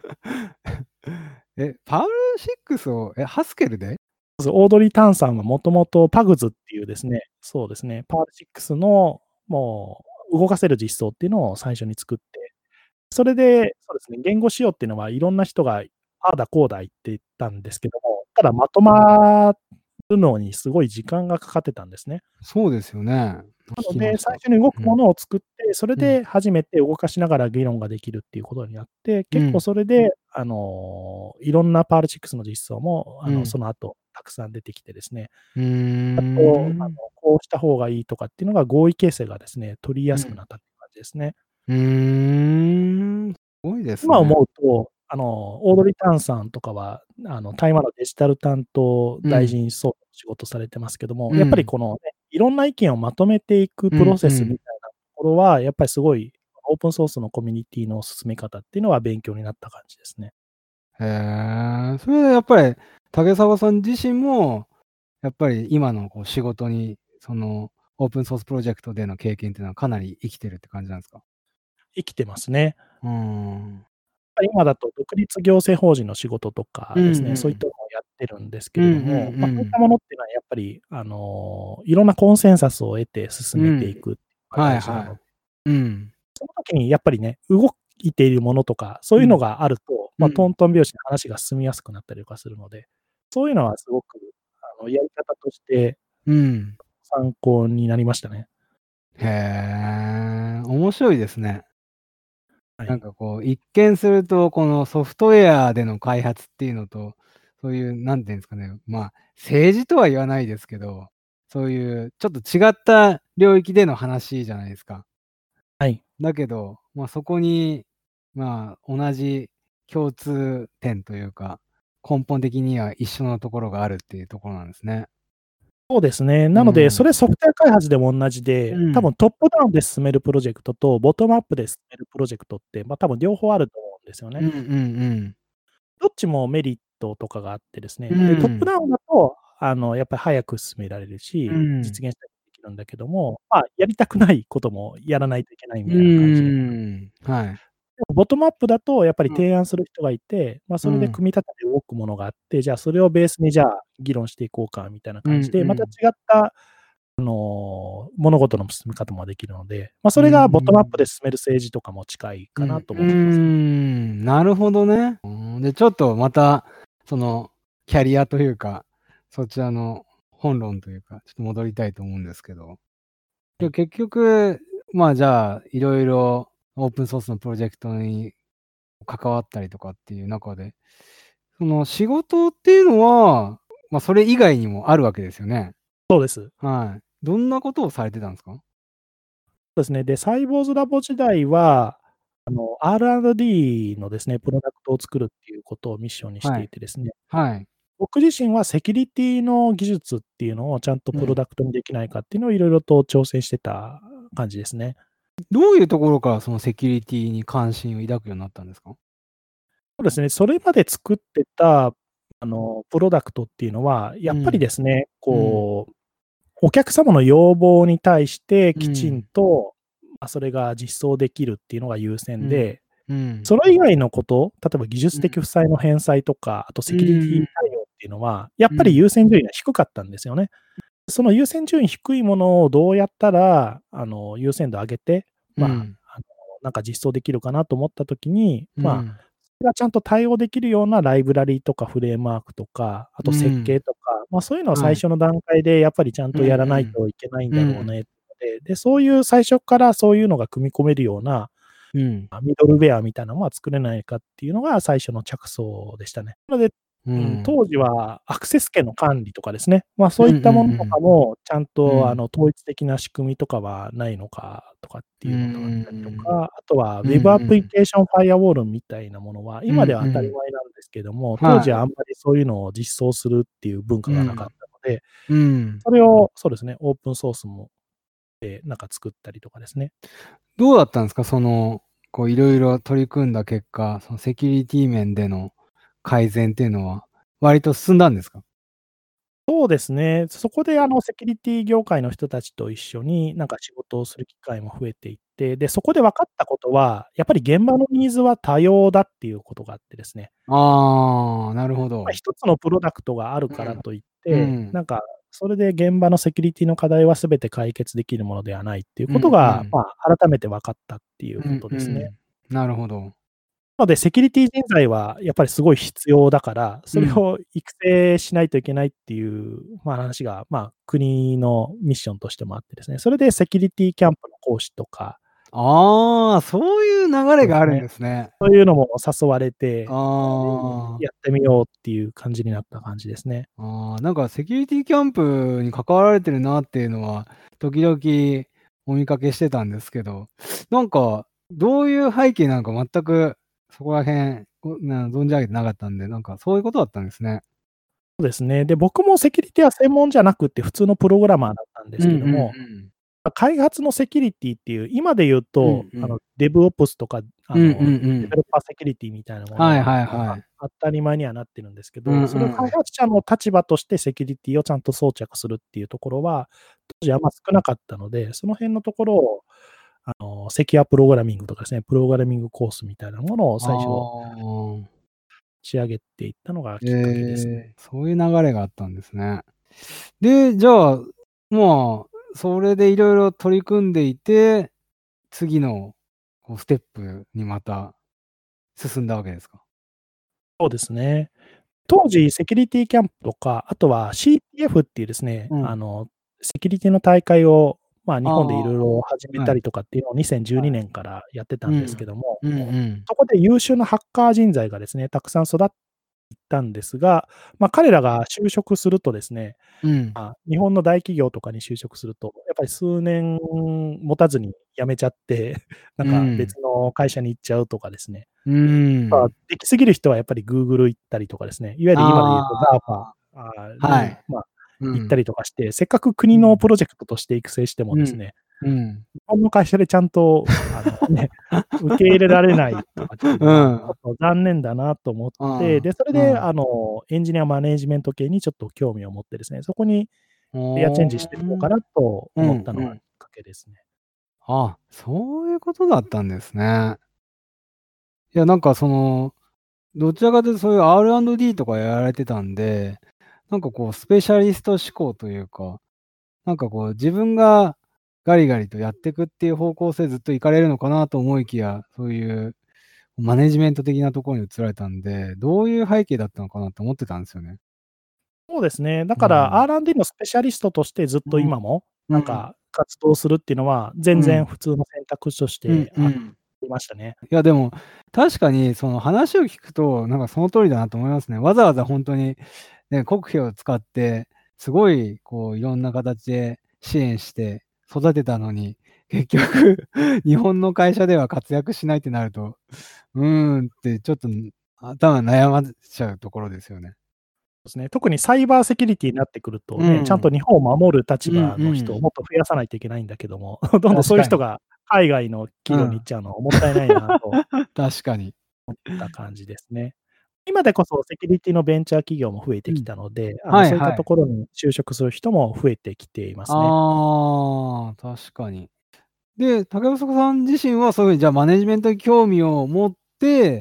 え、パールシックスを、え、ハスケルで？ そう、オードリー・タンさんはもともとパグズっていうですね、そうですね、パールシックスのもう動かせる実装っていうのを最初に作って、それで、そうですね、言語仕様っていうのはいろんな人が、ああだこうだ言っていったんですけども、ただまとまるのにすごい時間がかかってたんですね。 そうですよね。 なので、 聞きました。 最初に動くうん。 ものを作って、それうん。 で初めて動かしながら議論ができるっていうことになって、結構うん。 それで、あの、いろんなパールシックスの実装も、あの、 うん。 その後たくさん出てきてですね。 ふーあと、あの、 ん。 こうした方がいいとかっていうのが合意形成がですね、取りやうん。 すくなったっていう感じですね。 ふーん、すごいです今ね。 思うとあの、オードリー・タンさんとかは、あの、台湾のデジタル担当大うん。 臣そう仕事されてますけども、 うやっぱりん。 このね、いろんな意見をまとめていくうプロセんうん。 スみたいなところは、やっぱりすごいオープンソースのコミュニティの進め方っていうのは勉強になった感じですね。 へえ。それはやっぱり、竹澤さん自身も、やっぱり今のこう仕事に、その、オープンソースプロジェクトでの経験っていうのはかなり生きてるって感じなんですか？ 生きてますね。 うーん。 ぱ、今だと独立行政法人の仕事とかうんですね、そういっうん。 たのをやってるんですけうんうれども、ま、そういったんうん。 ものっていうのはやっぱり、あの、いろんなコンセンサスを得て進めていうん。 くが大事なのはいはい。うん。 その時にやっぱりね、動いているものとか、そういうのうん。 があると、ま、トうん。 ントン拍子に話が進みやすくなったりとかするので、そういうのはすごく、あの、やり方としてうん。 参考になりましたね。 へえ、面白いですね。 はい。 なんかこう、一見すると、このソフトウェアでの開発っていうのと、そういうなんていうんですかね、ま、政治とは言わないですけど、そういうちょっと違った領域での話じゃないですか。 はい。 だけど、ま、そこに、まあ、同じ共通点というか、根本的には一緒のところがあるっていうところなんですね。 そうですね。 うなので、そん。 れソフトウェア開発でもおんなじで、多うん。 分トップダウンで進めるプロジェクトと、ボトムアップで進めるプロジェクトって、ま、多分両方あると思うんですよね。 うんうんうん。 どっちもメリットとかがあってですうね。で、トップん。 ダウンだと、あの、やっぱり早く進められるうし、 ん。 実現したりできるんだけども、ま、やりたくないこともやらないといけないうみたいな感じにーん、はい。 でもボトムアップだとやっぱりうん。 提案する人がいて、ま、それでうん。 組み立てて動くものがあって、じゃあそれをベースにじゃあ議論していこうかみたいなう感じで、また違んうん。 った、あの、物事の進め方もできるので、ま、 うーそれがボトムアップでん。 進める政治とかも近いかなうん、うーと思ってますね。 ん、なるほどね。うーん、で、ちょっとまた、その、キャリアというか、そちらの本論というか、ちょっと戻りたいと思うんですけど。で、 はい。 結局、まあ、じゃあ、色々オープンソースのプロジェクトに関わったりとかっていう中で、その仕事っていうのは、ま、それ以外にもあるわけですよね？ そうです。 はい。どんなことをされてたんすか？ そうですね。で、サイボウズラボ時代は、あの、アールアンドディー のですね、プロダクトを作るっていうことをミッションにしてはい。 いてですね。 はい。 僕自身はセキュリティの技術っていうのをちゃんとうん。 プロダクトにできないかっていうのを色々と挑戦してた感じですね。 どういうところからそのセキュリティに関心を抱くようになったんですか？ そうですね、それまで作ってた、あの、プロダクトっていうのは、やっぱりうん。 ですね、 うん。 こう、お客様の要望に対してきちんうん。 と、ま、それが実装できるっていうのが優先うん。 で、 うん。 それ以外のこと、例えば技術うん。 的負債の返済とか、あとうセキュリティーん。 対応っていうのは、やっぱりうん。 優先順位が低かったんですよね。その優先順位低いものをどうやったら、あの、優先度上げて、まあ、 うん。 あの、なんか実装できるかなと思った時に、まあ、 うん。 それがちゃんと対応できるようなライブラリとかフレームワークとか、あうと設ん。 計とか、ま、そういうのをはい。 最初の段階でやっぱりちゃんうんとやらないうん。 といけないんうん。 だろうねってので、で、そういう最初っからそういうのが組み込めるような、 うん。 あ、ミドルウェアみたいなのは作れないかっていうのが最初の着想でしたね。なので、うん、 うん。 当時はアクセス権の管理とかですね、ま、そういっうんうんたものとかうん。 も、ちゃんと、あうん。 の、統一的な仕組みとかはないのかとかってうーいうのとあったりとん。 か、あとはウうんェブアプリうん。 ケーションファイアウォールみたいなものは、 う今では当たりんうん。 前なんですけども、当時ははい。 あんまりそういうのを実装するっていう文化がなかっうん。 たので、 うん。 それを、そうですね、オープンソースも、え、なんか作ったりとかですね。 どうだったんすか？その、こう色々取り組んだ結果、そのセキュリティ面での改善っていうのは割と進んだんですか？ そうですね。そこであのセキュリティ業界の人たちと一緒になんか仕事をする機会も増えていって、で、そこで分かったことは、やっぱり現場のニーズは多様だっていうことがあってですね。 ああ、なるほま、 ど。 ひとつのプロダクトがあるうん。 からといっうて、 ん。 なんかそれで現場のセキュリティの課題は全て解決できるものではないっていううんことが、 うん。 まあ、改めて分かったっていうこうんとですね。 うん。なるほど。 なので、セキュリティ人材はやっぱりすごい必要だから、それうん。 を育成しないといけないっていう、まあ、話が、まあ、国のミッションとしてもあってですね、それでセキュリティキャンプの講師とかああ、そういう流れがあるんそうですね。 ですね。 そういうのも誘われて、 ああ。 やってみようっていう感じになった感じですね。 ああ、なんかセキュリティキャンプに関わられてるなっていうのは、時々お見かけしてたんですけど、なんか、どういう背景なのか全くそこら辺こな存じ上げてなかったんで、なんかそういうことだったんですね。 そうですね。で、僕もセキュリティは専門じゃなくって、普通のプログラマーだったんでうんうんすけども、 うん。 ま、開発のセキュリティっていう、今で言うと、 うんうん。 あの、DevOps とか、あうんうんの、 うん。 デベロッパーセキュリティみたいなものはいは、ま、 はいはい。 当たり前にはなってるんですけど、 うんそれを開うん。 発者の立場としてセキュリティをちゃんと装着するっていうところは、当時は、ま、少なかったので、その辺のところを、あの、セキュアプログラミングとかですね、プログラミングコースみたいなものをあ最初あ。 仕上げていったのがえきっかけです。 え、そういう流れがあったんですね。で、じゃあ、まあ、それで色々取り組んでいて、次のこうステップにまた進んだわけですか？ そうですね。当時セキュリティキャンプとか、あとは シーティーエフ っていうですね、 うん。 あの、セキュリティの大会を、ま、日あ本で色々始あ、はい。 めたりとかっていうのをにせんじゅうにねんからやってたんですうん。 けども、 うんうん。 そこで優秀なハッカー人材がですね、たくさん育ったんですが、ま、彼らが就職するとですね、 うん。 ま、日本の大企業とかに就職すると、やっぱり数年持たずに辞めちゃって、なんかうん。 別の会社に行っちゃうとかですね。 うーあ、 ん。 できすぎる人はやっぱり Google 行ったりとかですね、いわゆる今で言うあと GAFA あ、 ああ、に、 はい。 ま、行ったうん。 りとかして、せっかく国のうん。 プロジェクトとして育成してもうん、 ですね、 うん。 日本の会社でちゃんと、あの、ね、受け入れられないとかっていうのは、ちょうん。 っと残念だなと思って、 ああ、 で、それで、 うん。 あの、エンジニアマネージメント系にちょっと興味を持ってですね、そこにふキャリアチェンージしてみようかん。 なとう思ったのがきっんうん。 かけですね。 あ、そういうことだったんですね。いや、なんかその、どちらかというとそういう アールアンドディー とかやられてたんで、なんかこうスペシャリスト志向というか、なんかこう自分がガリガリとやってくっていう方向性ずっと行かれるのかなと思いきや、そういうマネジメント的なところに移られたんで、どういう背景だったのかなと思ってたんですよね。 そうですね。だからうん。 アールアンドディー のスペシャリストとしてずっとうん。 今も、 うん。 なんか活動するっていうのは、全然うん。 普通の選択肢としうんてあうん。 りましたね。 いやでも、確かにその話を聞くと、なんかその通りだなと思いますね。わざわざほんとに、ね、国費を使って、すごいこういろんな形で支援して育てたのに、結局日本の会社では活躍しないってなると、うーんってちょっと、ん、頭悩ませちゃうところですよね。 すね、特にサイバーセキュリティになってくるとね、ちゃんうん。 と日本を守る立うん場の人をうん。 もっと増やさないといけないんだけども、どんどんそ確かに。 ういう人が海外の企業に行っうん。 ちゃうのはもったいないなと確かに。 思った感じですね。今でこそセキュリティのベンチャー企業も増えてきうん。 たので、あの、そういったはいはい。 ところに就職する人も増えてきていますね。 ああ、確かに。で、竹迫さん自身はそういう風にじゃあマネジメントに興味を持って、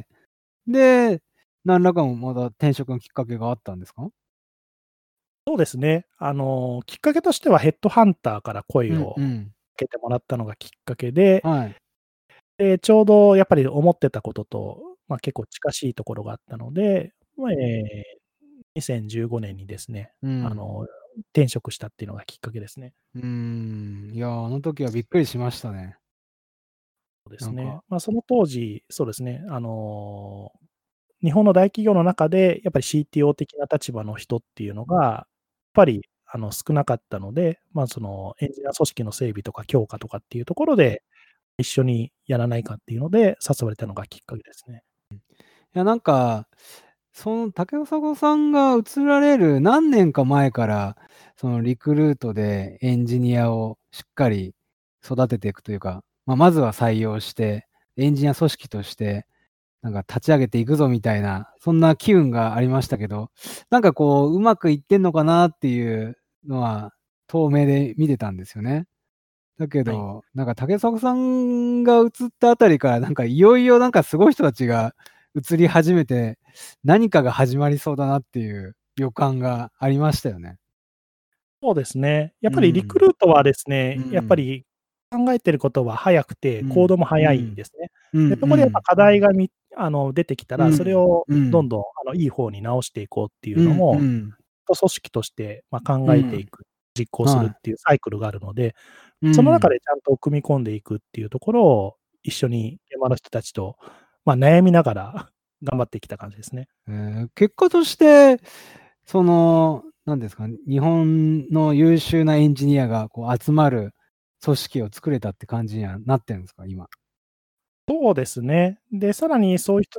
で、何らかのまた転職のきっかけがあったんですか？ そうですね。あの、きっかけとしてはヘッドハンターから声うんうをん。 けてもらったのがきっかけで、 はい。 で、ちょうどやっぱり思ってたことと、ま、結構近しいところがあったので、ま、ええ、にせんじゅうごねんにですね、 うん。 あの、転職したっていうのがきっかけですね。 うーん、いや、あの時はびっくりしましたね。 そうですね。 なんかま、その当時、そうですね、あの、日本の大企業の中でやっぱり シーティーオー 的な立場の人っていうのが、やっぱり、あの、少なかったので、ま、そのエンジニア組織の整備とか強化とかっていうところで、一緒にやらないかっていうので、誘われたのがきっかけですね。 うん。いやなんか、その竹迫さんが移られる何年か前から、そのリクルートでエンジニアをしっかり育てていくというか、ま、まずは採用して、エンジニア組織として、なんか立ち上げていくぞみたいな、そんな機運がありましたけど、なんかこう、うまくいってんのかなっていうのは、遠目で見てたんですよね。だけはい。 ど、なんか竹迫さんが移ったあたりから、なんかいよいよなんかすごい人たちが移り始めて、何かが始まりそうだなっていう予感がありましたよね。 そうですね。やっぱりリクうん。 ルートはですね、やっぱうん。 り考えてることは早くて、 うん、 行動も早いんうん。 ですね。 うんで、そこでやっぱうん。 課題がみあの、出てきたら、それうん、 をうん。 どんどん、あの、いい方に直していこうっていううんうのも、 ん。 と組織として、ま、考うん。 えていく、実行するっはい。 ていうサイクルがあるので、その中うん。 でちゃんと組み込んでいくっていうところを、一緒に現場の人たちと、ま、悩みながら頑張ってきた感じですね。 へえ、結果として、その、なんですか、日本の優秀なエンジニアがこう集まる組織を作れたって感じにはなってるんですか？今。 そうですね。で、さらにそういう人た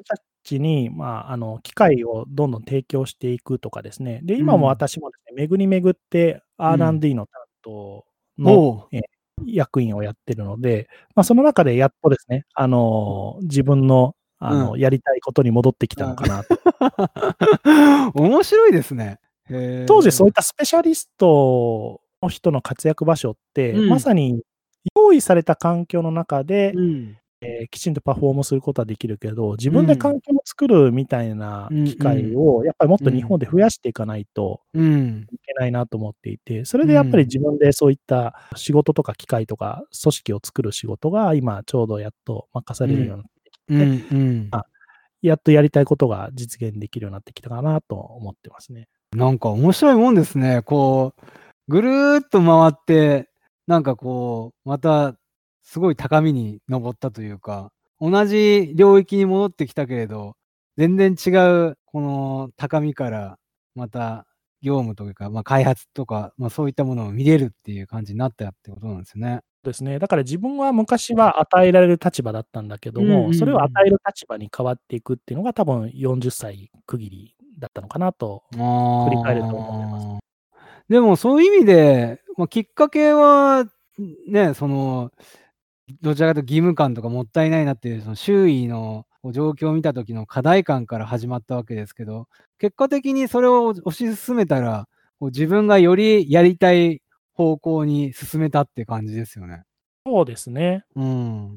ちに、まあ、あの、機会をどんどん提供していくとかですね。で、 う今もん。 私もですね、巡り巡ってうん。 アールアンドディー の担当の、 おお。 え、役員をやってるので、ま、その中でやっとですね、あの、自分の、あの、 うん。 やりたいことに戻ってきたうん。 のかなと。 面白いですね。へ当時そういっえ。 たスペシャリストの人の活躍場所って、 うん。 まさに用意された環境の中で、 うん。 ええ、きちんとパフォームすることはできるけど、自分でうん。 環境を作るみたいなうん機うん。 会を、やっぱりもっと日うん。 本で増やしていかないとうん。 いけないなと思っていて、それでやっぱりうん。 自分でそういった仕事とか機械とか組織を作る仕事が、今ちょうどやっと任さうん。 れるようになってきて、 うんうん。 あ、やっとやりたいことが実現できるようになってきたかなと思ってますね。 なんか面白いもんですね。こう、ぐるっと回って、なんかこう、またすごい高みに登ったというか、同じ領域に戻ってきたけれど、全然違うこの高みからまた業務というか、ま、開発とか、ま、そういったものを見れるっていう感じになったってことなんですね。 ですね。だから自分は昔は与えられる立場だったんだけうんうんども、それを与うん。 える立場に変わっていくっていうのが多分よんじゅっさい区切りだったのかなと、振り返ると思ってます。 ああ。でもそういう意味で、ま、きっかけは、ん、ね、その、どちらかというと義務感とかもったいないなっていうその周囲のこう状況を見た時の課題感から始まったわけですけど、結果的にそれを推し進めたら、こう自分がよりやりたい方向に進めたって感じですよね。 そうですね。 うん。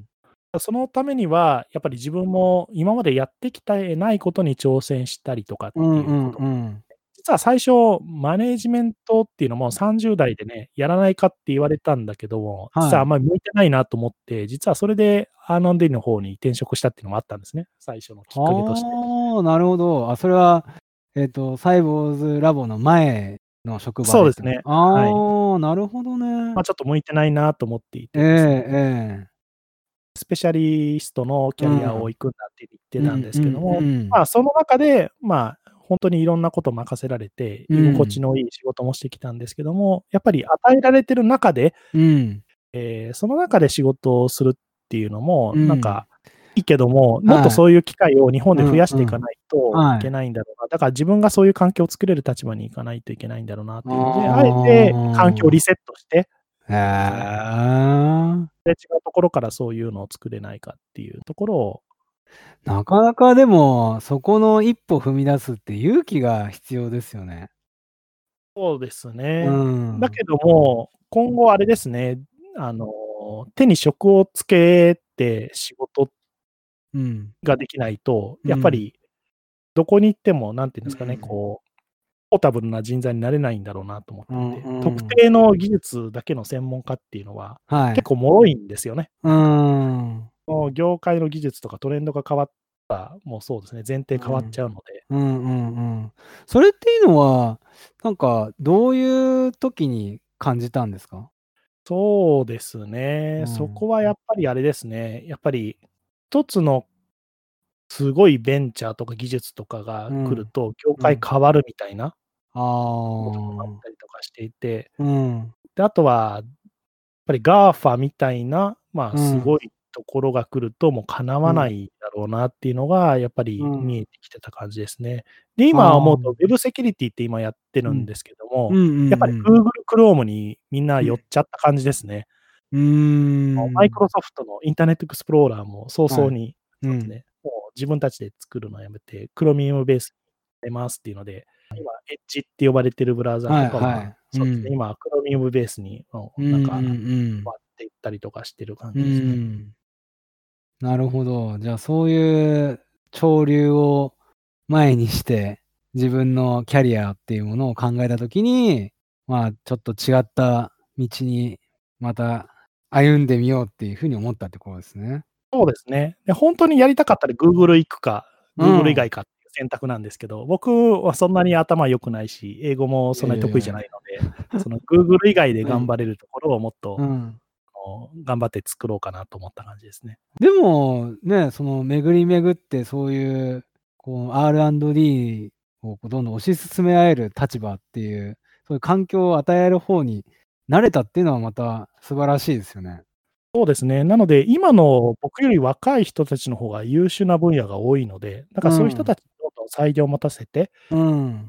そのためには、やっぱり自分も今までやってきてないことに挑戦したりとかっうんうんていうこと。 うん。 実は最初、マネージメントっていうのもさんじゅう代でね、やらないかって言われたんだけども、実はあんはい。 まり向いてないなと思って、実はそれでアールアンドディー の方に転職したっていうのもあったんですね、最初のきっかけとして。 はあ、なるほど。あ、それは、えっと、サイボウズラボの前の職場でってこと。 そうですね、はい。 ああ、なるほどね。 ま、ちょっと向いてないなと思っていええてですね。 ええ。 スペシャリストのキャリアをうん。 行くんだって言ってうたんでんうんうすけども、 ん。 まあ、その中で、まあ、ほんとにいろんなこと任せられて、居心地うん。 のいい仕事もしてきたんですけども、やっぱり与えられてる中で、 うん。 ええ、その中で仕事をするっていうのも、 うん。 なんか、いいけども、もっとはい。 そういう機会を日本うで増やしんうん。 ていかないといけはい。 ないんだろうな。だから自分がそういう環境を作れる立場に行かないといけないんだろうなっていうので、あえて環境をリああ。 セットしてへえ。 で、違うところからそういうのを作れないかっていうところをなかなかでも、そこの一歩踏み出すって勇気が必要ですよね。 そうですうね。だん。 けども、今後あれですね、あの、手に職をつけて仕事うん。 ができないと、 うん。 やっぱりどこに行っても、何て言うんですかね、 うん。 こう、ポータブルな人材になれないんだろうなと思っうんていて、特うん。 定の技術だけの専門家っていうのは、 はい。 結構脆いんですよね。 うーん。 もう業界の技術とかトレンドが変わったもうそうですね、前提変わっうん。 ちゃうので。 うんうんうん。それっていうのは、なんかどういう時に感じたんですか？ そうですね。そうん。 こはやっぱりあれですね、やっぱり一つのすごいベンチャーとか技術とかがうん。 来ると、業うん。 界変わるみたいなあこともあっあ。 たりとかしていて、 うん。 で、あとは、やっぱり ガーファ みたいな、まあ、 うん。 すごいところが来ると、もう叶わなうん。 いだろうなっていうのがやっぱり見うん。 えてきてた感じですね。で、今思うとああ。 Web セキュリティって今やってうん。 るんですけども、 うんうんやっぱりうん。 Google Chrome にみんなうん。 寄っちゃった感じですね。 うーあの、マイクロん。 ソフトのインターネットエクスプローラーも早はい。 々に、 うん。 そうですね、もう自分たちで作るのをやめて、クロミウムベース出ますっていうので、今エッジって呼ばれてるブラウザーはいとかは、 はい。うそうですね、 ん。 今クロミウムベースに、もうんうんうなんか、 うん。 変わっていったりとかしてる感うじですね。 ーん。なるほど。じゃあ、そういう潮流を前にして、自分のキャリアっていうものを考えた時に、まあ、ちょっと違った道にまた歩んでみようっていう風に思ったってことですね。 そうですね。で、ほんとにやりたかったら Google 行くか、 う Google 以ん。 外かっていう選択なんですけど、僕はそんなに頭良くないし、英語もいやそんなに得意じゃいやいや。 ないので、その Google 以外でうん。 頑張れるところをもっと、 うん。 あの、頑張って作ろうかなと思った感じですね。 でも、ね、その巡り巡ってそういう、こう アールアンドディー をこうどんどん推し進められる立場っていう、そういう環境を与える方になれたっていうのはまた素晴らしいですよね。 そうですね。なので、今の僕より若い人たちの方が優秀な分野が多いので、なんかそういう人うん。 たちにどんどん裁量を持たせて、 うん。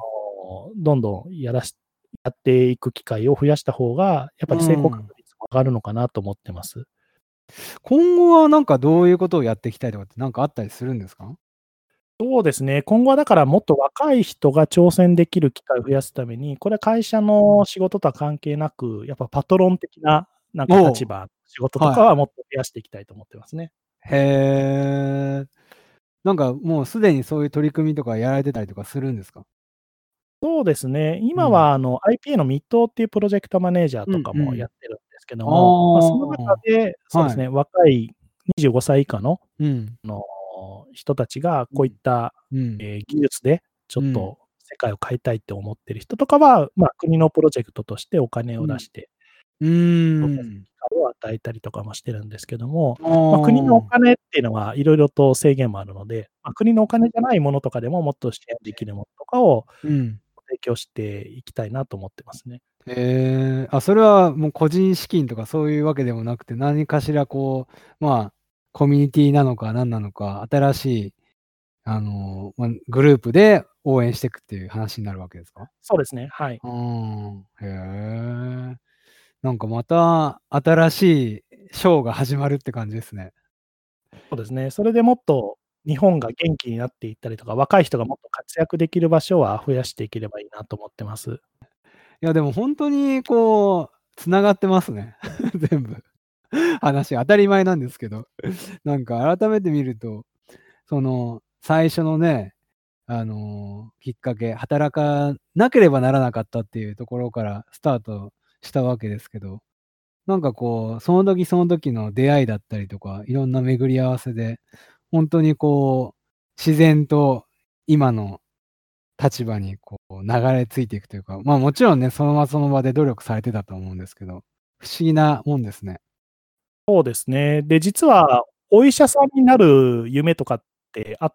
あの、どんどんやらしやっていく機会を増やした方が、やっぱうり成功確ん。 率も上がるのかなと思ってます。 今後はなんかどういうことをやっていきたいとかってなんかあったりするんですか？ そうですね。今後はだからもっと若い人が挑戦できる機会を増やすために、これは会社の仕事とは関係なく、やっぱパトロン的ななんかおお、 立場、仕事とはい。 かはもっと増やしていきたいと思ってますね。 へえ。なんかもうすでにそういう取り組みとかやられてたりとかするんですか？ そうですね。 うん。 今はあの アイピーエー のミッドっていうプロジェクトマネージャーうとんうん。 かもやってるんですけどあも、ま、その中で、 あ、はい。 そうですね、若いにじゅうごさい以下の、 うん。 あの、人たちがうん。 こういった、 うん。 ええ、技術でちょうん。 っと世界を変えたいって思ってる人とかは、ま、国のプロジェクトとしてお金うん。 を出してう挑戦するーん。 機会を与えたりとかもしてるんですけども、 あま、国のおあ。 金っていうのは色々と制限もあるので、ま、国のお金じゃないものとかでももっと支援できるものとかをうん。 提供していきたいなと思ってますね。 へえ。あ、それはもう個人資金とかそういうわけでもなくて、何かしらこう、まあ、コミュニティなのか何なのか、新しいあの、ま、グループで応援してくっていう話になるわけですか？ そうですね、はい。 うーん、へえ。なんかまた新しいショーが始まるって感じですね。 そうですね。それでもっと日本が元気になっていったりとか、若い人がもっと活躍できる場所は増やしていければいいなと思ってます。 いやでもほんとにこう繋がってますね。全部。話、当たり前なんですけど。なんか改めて見ると、その最初のね、あの、きっかけ、働かなければならなかったっていうところからスタートしたわけですけど、なんかこう、その時その時の出会いだったりとか、いろんな巡り合わせで、ほんとにこう、自然と今の立場にこう流れ着いていくというか、まあ、もちろんね、その場その場で努力されてたと思うんですけど、不思議なもんですね。 そうですね。で、実はお医者さんになる夢とかってあって、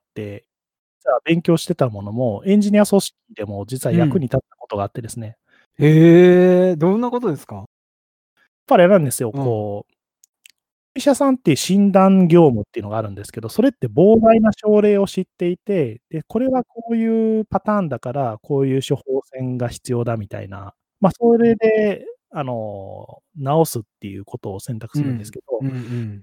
実は勉強してたものも、エンジニア組織でも実はうん。 役に立ったことがあってですね。 へえ、どんなことですか？ ぱりあれなんですよ、 うん。 こうお医者さんって診断業務っていうのがあるんですけど、それって膨大な症例を知っていて、で、これはこういうパターンだから、こういう処方箋が必要だみたいな、ま、それであの、治すっていうことを選択するんですうん。 けど、 うんうん。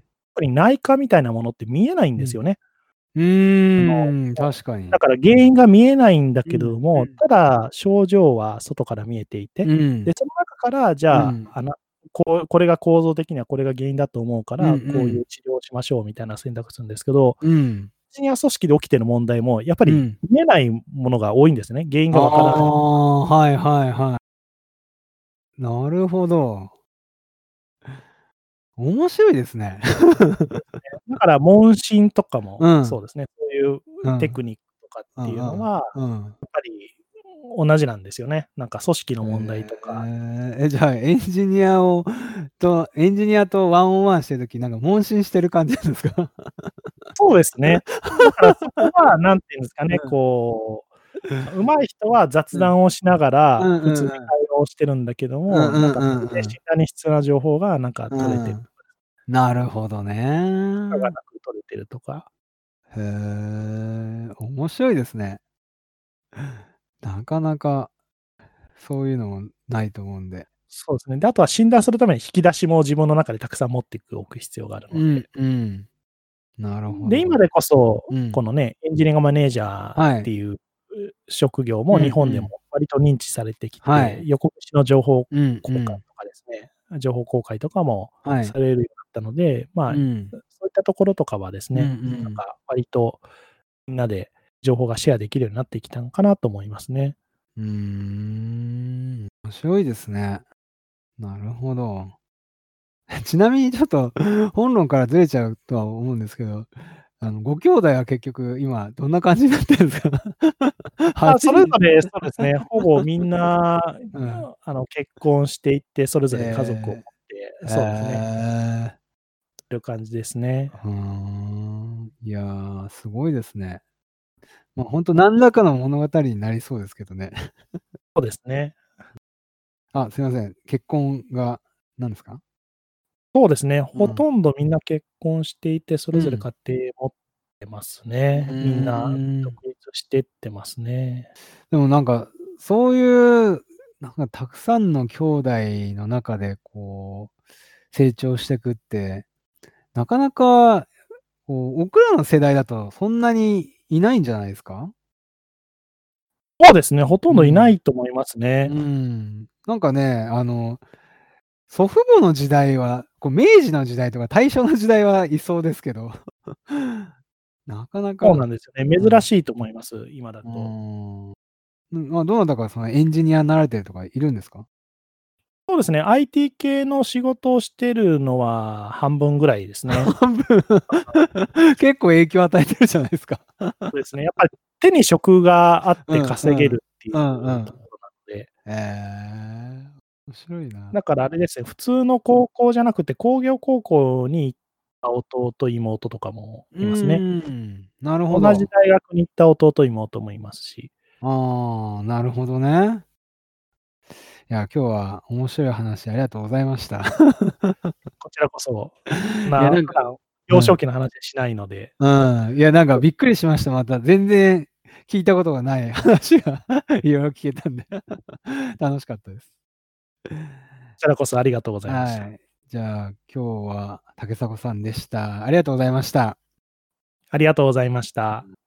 ぱり内科みたいなものって見えないんうん。 ですよね。 うあの、 ーん、 もう、 確かに。 だから原因が見えないんだけうん、 ども、 うん。 ただ症状は外から見えていて、で、 うん。 その中からじゃあ、 うん。 あなこうこれが構造的にはこれが原因だと思うかうんうら、こういん。 う治療をしましょうみたいな選択するんですけど、 うん。 エンジニア組織で起きてる問題もやっぱりうん。 見えないものが多いんですね。原因あがわからない。 あ、はいはいはい。なるほど。面白いですね。 そうですね。だから問診とかもうん。 そうですね、そういううん。 テクニックとかっうんていうのうん。 は、 うん。 やっぱり同じなんですよね。なんか組織の問題へとかえ。え、じゃあエンジニアをとエンジニアとワンオンワンしてる時、なんか問診してる感じなんですか？ そうですね。だからそこは何て言うんですかね、 うん。 こう、上手い人は雑うん。 談をしながうら、普通にんうんうん。 会話をしてるんだけども、 うんうんなんかそれでうんうん。 診断に必要な情報がなんかう取れてるん。なるほどね。 負荷がなく取れてるとか。 へえ、面白いですね。なかなか、そういうのもないと思うんで。 そうですね。で、あとは診断するために引き出しも自分の中でたくさん持ってくおく必要があるので。 うんうん。なるほで、 ど。 今でこそ、 うん。 このね、エンジニアマネージャーっはい。 ていう職業うも日本でもんうん。 割と認知されてきて、 はい。 横串の情報うんう交換ん。 とかですね、情報公開とかもはい。 されるようになったので、まあ、 うん。 そういったところとかはですうんうね、なんん。 か割とみんなで情報がシェアできるようになってきたのかなと思いますね。 うーん、面白いですね。なるほど。ちなみにちょっと本論からずれちゃうとは思うんですけど、あの、ご兄弟は結局今どんな感じになってるんですか？はあ、そちにん。 れぞれそうですね、ほぼみんな、 うん。 あの、結婚していって、それぞれ家族を持えってえ、 そうですね。 へえ。 る感じですね。 ふーん。いや、すごいですね。ま、ほんと何らかの物語になりそうですけどね。 そうですね。 あ、すいません。結婚が何ですか？ そうですね、 うん。 ほとんどみんな結婚していて、それぞれうん。 家庭持ってますうね。みんなーん。 独立してってますね。 でもなんか、そういう、なんかたくさんの兄弟の中でこう、成長してくって、なかなか、こう、僕らの世代だとそんなにいないんじゃないですか？ そうですね、ほとんどいなうん。 いと思いますね。 うん。なんかね、あの、祖父母の時代は、こう明治の時代とか大正の時代はいそうですけど、なかなそうか、 なんですよね、 うん。 珍しいと思います、今だうと。 ーん。うん、ま、どなたかそのエンジニアになられてるとかいるんですか？ そうですね、アイティー 系の仕事をしてるのは半分ぐらいですね。 半分。結構影響与えてるじゃないですか。 そうですね、やっぱり手に職があっうてんうん。 稼げるっていうんうん。 うところなので。 へえ、面白いな。 だからあれですね、普通の高校じゃなくて工業高校に行った弟、妹とかもういますね。 ーん、なるほ同じど。 大学に行った弟、妹もいますし。 ああ、なるほどね。いや、今日は面白い話ありがとうございました。 こちらこそ、そんいや、なんかな普段うん。 幼少期の話はしないので。 うん、いやなんかびっくりしました。また全然聞いたことがない話が色々聞けたんで、楽しかったです。 こちらこそありがとうございました。 はい。じゃあ、今日は竹迫さんでした。ありがとうございました。 ありがとうございました。